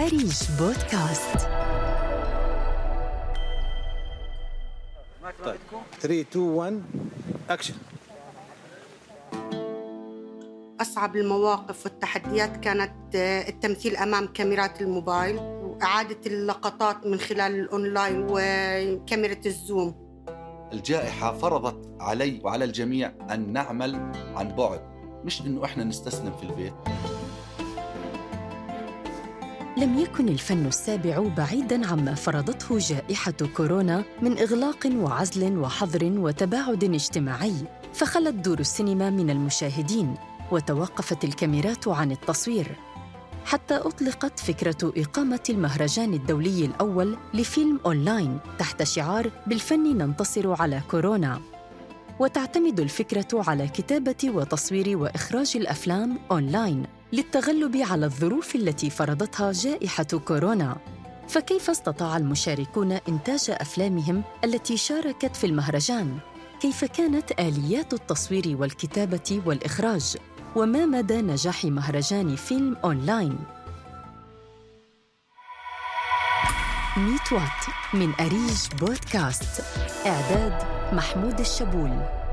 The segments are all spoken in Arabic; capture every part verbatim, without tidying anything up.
أريج بودكاست. طيب ثلاثة اثنين واحد أكشن. أصعب المواقف والتحديات كانت التمثيل أمام كاميرات الموبايل وإعادة اللقطات من خلال الأونلاين وكاميرا الزوم. الجائحة فرضت علي وعلى الجميع أن نعمل عن بعد، مش إنه إحنا نستسلم في البيت. لم يكن الفن السابع بعيداً عما فرضته جائحة كورونا من إغلاق وعزل وحظر وتباعد اجتماعي، فخلت دور السينما من المشاهدين وتوقفت الكاميرات عن التصوير، حتى أطلقت فكرة إقامة المهرجان الدولي الأول لفيلم أونلاين تحت شعار بالفن ننتصر على كورونا. وتعتمد الفكرة على كتابة وتصوير وإخراج الأفلام أونلاين للتغلب على الظروف التي فرضتها جائحة كورونا. فكيف استطاع المشاركون إنتاج أفلامهم التي شاركت في المهرجان؟ كيف كانت آليات التصوير والكتابة والإخراج؟ وما مدى نجاح مهرجان فيلم أونلاين؟ ميت وات من أريج بودكاست. إعداد محمود الشبول.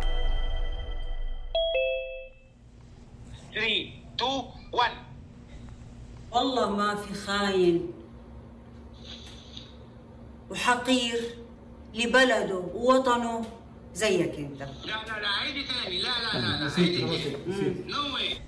ثلاثة اثنين واحد. والله ما في خاين وحقير لبلده ووطنه زيك انت. لا لا لا عيدي ثاني. لا لا لا لا عيدي ثاني. نو واي.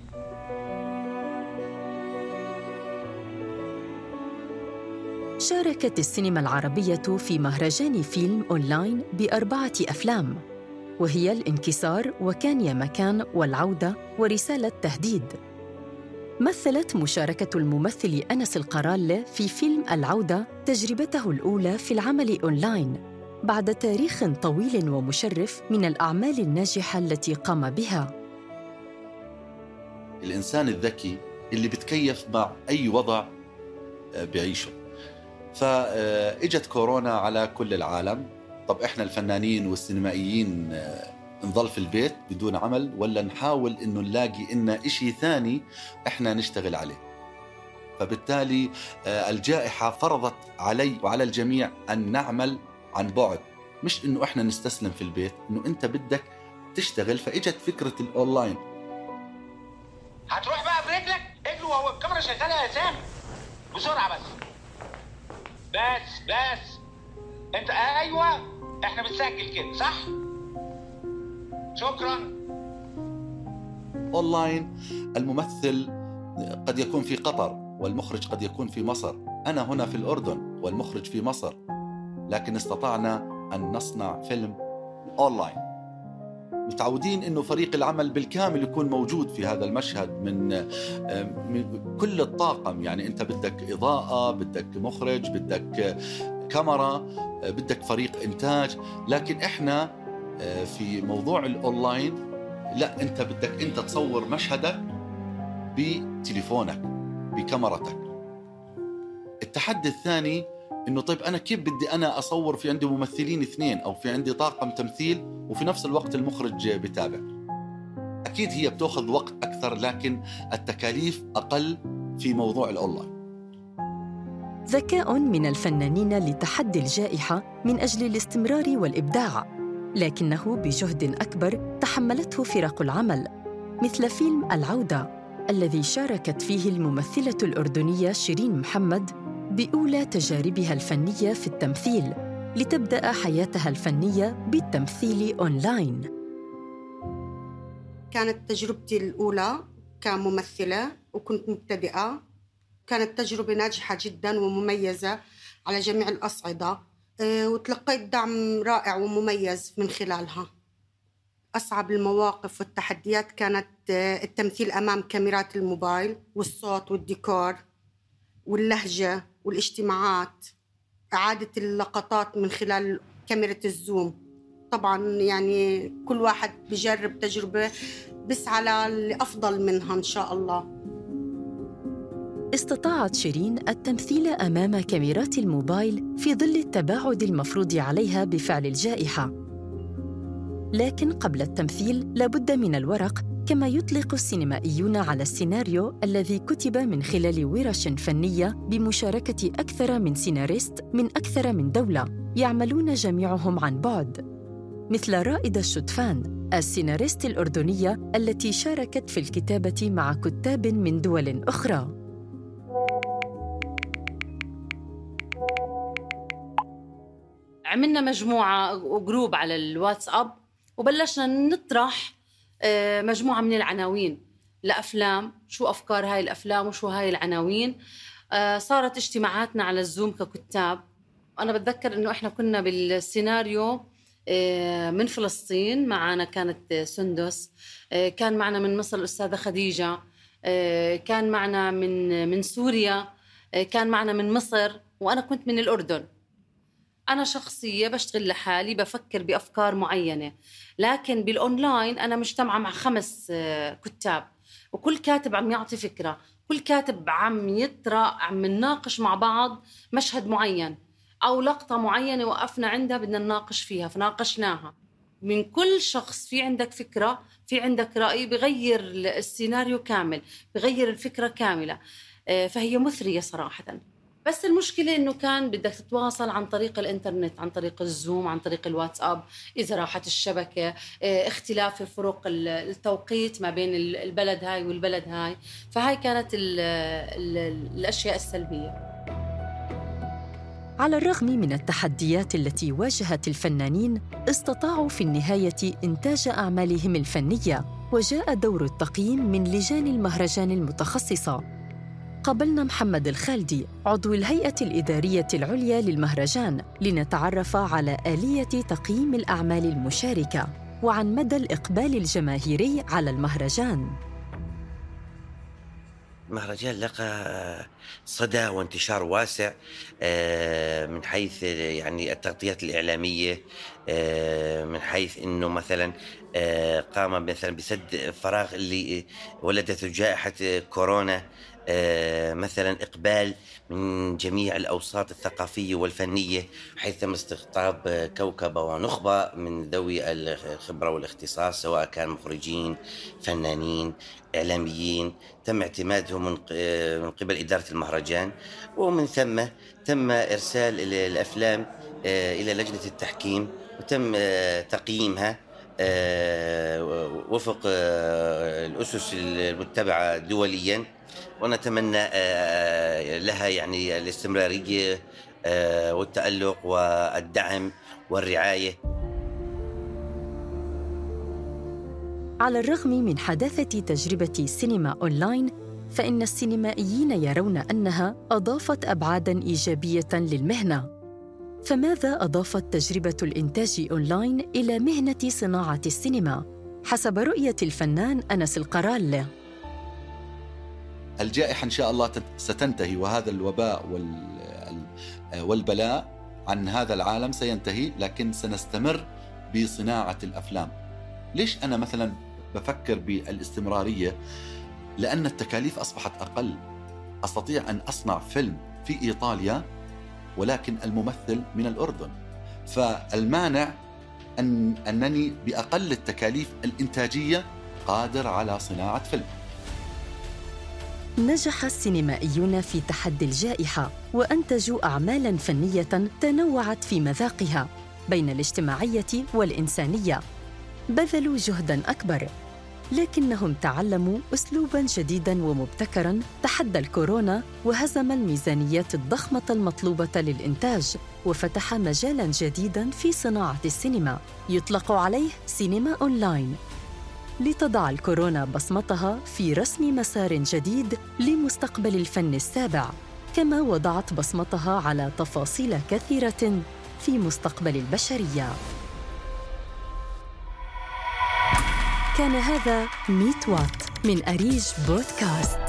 شاركت السينما العربية في مهرجان فيلم أونلاين بأربعة أفلام، وهي الانكسار وكان يا مكان والعودة ورسالة تهديد. مثلت مشاركة الممثل أنس القرالة في فيلم العودة تجربته الأولى في العمل أونلاين بعد تاريخ طويل ومشرف من الأعمال الناجحة التي قام بها. الإنسان الذكي اللي بتكيف مع أي وضع بعيشه. فإجت كورونا على كل العالم. طب إحنا الفنانين والسينمائيين نظل في البيت بدون عمل، ولا نحاول إنه نلاقي إنه إشي ثاني إحنا نشتغل عليه؟ فبالتالي الجائحة فرضت علي وعلى الجميع أن نعمل عن بعد، مش إنه إحنا نستسلم في البيت، إنه أنت بدك تشتغل. فإجت فكرة الأونلاين. هتروح بقى برجلك اجلو وهو الكاميرا شغالة يا سامي بسرعة. بس بس بس انت ايوه احنا بنسجل كده صح. شكرا. أونلاين الممثل قد يكون في قطر والمخرج قد يكون في مصر. أنا هنا في الأردن والمخرج في مصر، لكن استطعنا أن نصنع فيلم أونلاين. متعودين إنه فريق العمل بالكامل يكون موجود في هذا المشهد من, من كل الطاقم. يعني أنت بدك إضاءة، بدك مخرج، بدك كاميرا، بدك فريق إنتاج. لكن إحنا في موضوع الأونلاين لا، أنت بدك أنت تصور مشهدك بتليفونك بكاميرتك. التحدي الثاني إنه طيب أنا كيف بدي أنا أصور في عندي ممثلين اثنين أو في عندي طاقم تمثيل وفي نفس الوقت المخرج بتابع؟ أكيد هي بتأخذ وقت أكثر، لكن التكاليف أقل في موضوع الأونلاين. ذكاء من الفنانين لتحدي الجائحة من أجل الاستمرار والإبداع، لكنه بجهد أكبر تحملته فرق العمل، مثل فيلم العودة الذي شاركت فيه الممثلة الأردنية شيرين محمد بأولى تجاربها الفنية في التمثيل، لتبدأ حياتها الفنية بالتمثيل أونلاين. كانت تجربتي الأولى كممثلة وكنت مبتدئة. كانت تجربة ناجحة جداً ومميزة على جميع الأصعدة، وتلقيت دعم رائع ومميز من خلالها. أصعب المواقف والتحديات كانت التمثيل أمام كاميرات الموبايل والصوت والديكور واللهجة والاجتماعات، إعادة اللقطات من خلال كاميرا الزوم. طبعاً يعني كل واحد بيجرب تجربة بيسعى لأفضل منها إن شاء الله. استطاعت شيرين التمثيل أمام كاميرات الموبايل في ظل التباعد المفروض عليها بفعل الجائحة. لكن قبل التمثيل لابد من الورق كما يطلق السينمائيون على السيناريو الذي كتب من خلال ورش فنية بمشاركة أكثر من سيناريست من أكثر من دولة يعملون جميعهم عن بعد، مثل رائدة الشدفان السيناريست الأردنية التي شاركت في الكتابة مع كتاب من دول أخرى. عملنا مجموعة وجروب على الواتساب وبلشنا نطرح مجموعة من العناوين لأفلام، شو أفكار هاي الأفلام وشو هاي العناوين. صارت اجتماعاتنا على الزوم ككتاب. أنا بتذكر إنه إحنا كنا بالسيناريو من فلسطين، معنا كانت سندس، كان معنا من مصر الأستاذة خديجة، كان معنا من من سوريا، كان معنا من مصر، وأنا كنت من الأردن. أنا شخصية بشتغل لحالي، بفكر بأفكار معينة، لكن بالأونلاين أنا مجتمعة مع خمس كتاب، وكل كاتب عم يعطي فكرة، كل كاتب عم يطرأ، عم نناقش مع بعض مشهد معين أو لقطة معينة وقفنا عندها بدنا نناقش فيها، فناقشناها. من كل شخص في عندك فكرة، في عندك رأي، بغير السيناريو كامل، بغير الفكرة كاملة. فهي مثرية صراحةً. بس المشكلة إنه كان بدك تتواصل عن طريق الإنترنت، عن طريق الزوم، عن طريق الواتساب، إذا راحت الشبكة، اختلاف فروق التوقيت ما بين البلد هاي والبلد هاي. فهاي كانت ال ال الأشياء السلبية. على الرغم من التحديات التي واجهت الفنانين، استطاعوا في النهاية إنتاج أعمالهم الفنية، وجاء دور التقييم من لجان المهرجان المتخصصة. قابلنا محمد الخالدي عضو الهيئة الإدارية العليا للمهرجان لنتعرف على آلية تقييم الأعمال المشاركة وعن مدى الإقبال الجماهيري على المهرجان. المهرجان لقى صدى وانتشار واسع من حيث يعني التغطيات الإعلامية، من حيث أنه مثلا قام مثلا بسد فراغ اللي ولدته جائحة كورونا، مثلا إقبال من جميع الأوساط الثقافية والفنية، حيث تم استقطاب كوكبة ونخبة من ذوي الخبرة والاختصاص، سواء كان مخرجين، فنانين، إعلاميين، تم اعتمادهم من قبل إدارة المهرجان. ومن ثم تم إرسال الأفلام إلى لجنة التحكيم وتم تقييمها وفق الأسس المتبعة دولياً، ونتمنى لها يعني الاستمرارية والتألق والدعم والرعاية. على الرغم من حداثة تجربة السينما أونلاين، فإن السينمائيين يرون أنها أضافت أبعاداً إيجابية للمهنة. فماذا أضافت تجربة الإنتاج أونلاين إلى مهنة صناعة السينما؟ حسب رؤية الفنان أنس القرال، الجائحة إن شاء الله ستنتهي، وهذا الوباء والبلاء عن هذا العالم سينتهي، لكن سنستمر بصناعة الأفلام. ليش أنا مثلا بفكر بالاستمرارية؟ لأن التكاليف أصبحت أقل. أستطيع أن أصنع فيلم في إيطاليا ولكن الممثل من الأردن، فالمانع أن أنني بأقل التكاليف الإنتاجية قادر على صناعة فيلم. نجح السينمائيون في تحدي الجائحة وأنتجوا أعمالاً فنية تنوعت في مذاقها بين الاجتماعية والإنسانية. بذلوا جهداً أكبر، لكنهم تعلموا أسلوباً جديداً ومبتكراً تحدى الكورونا، وهزم الميزانيات الضخمة المطلوبة للإنتاج، وفتح مجالاً جديداً في صناعة السينما يطلق عليه سينما أونلاين. لتضع الكورونا بصمتها في رسم مسار جديد لمستقبل الفن السابع، كما وضعت بصمتها على تفاصيل كثيرة في مستقبل البشرية. كان هذا مية وات من أريج بودكاست.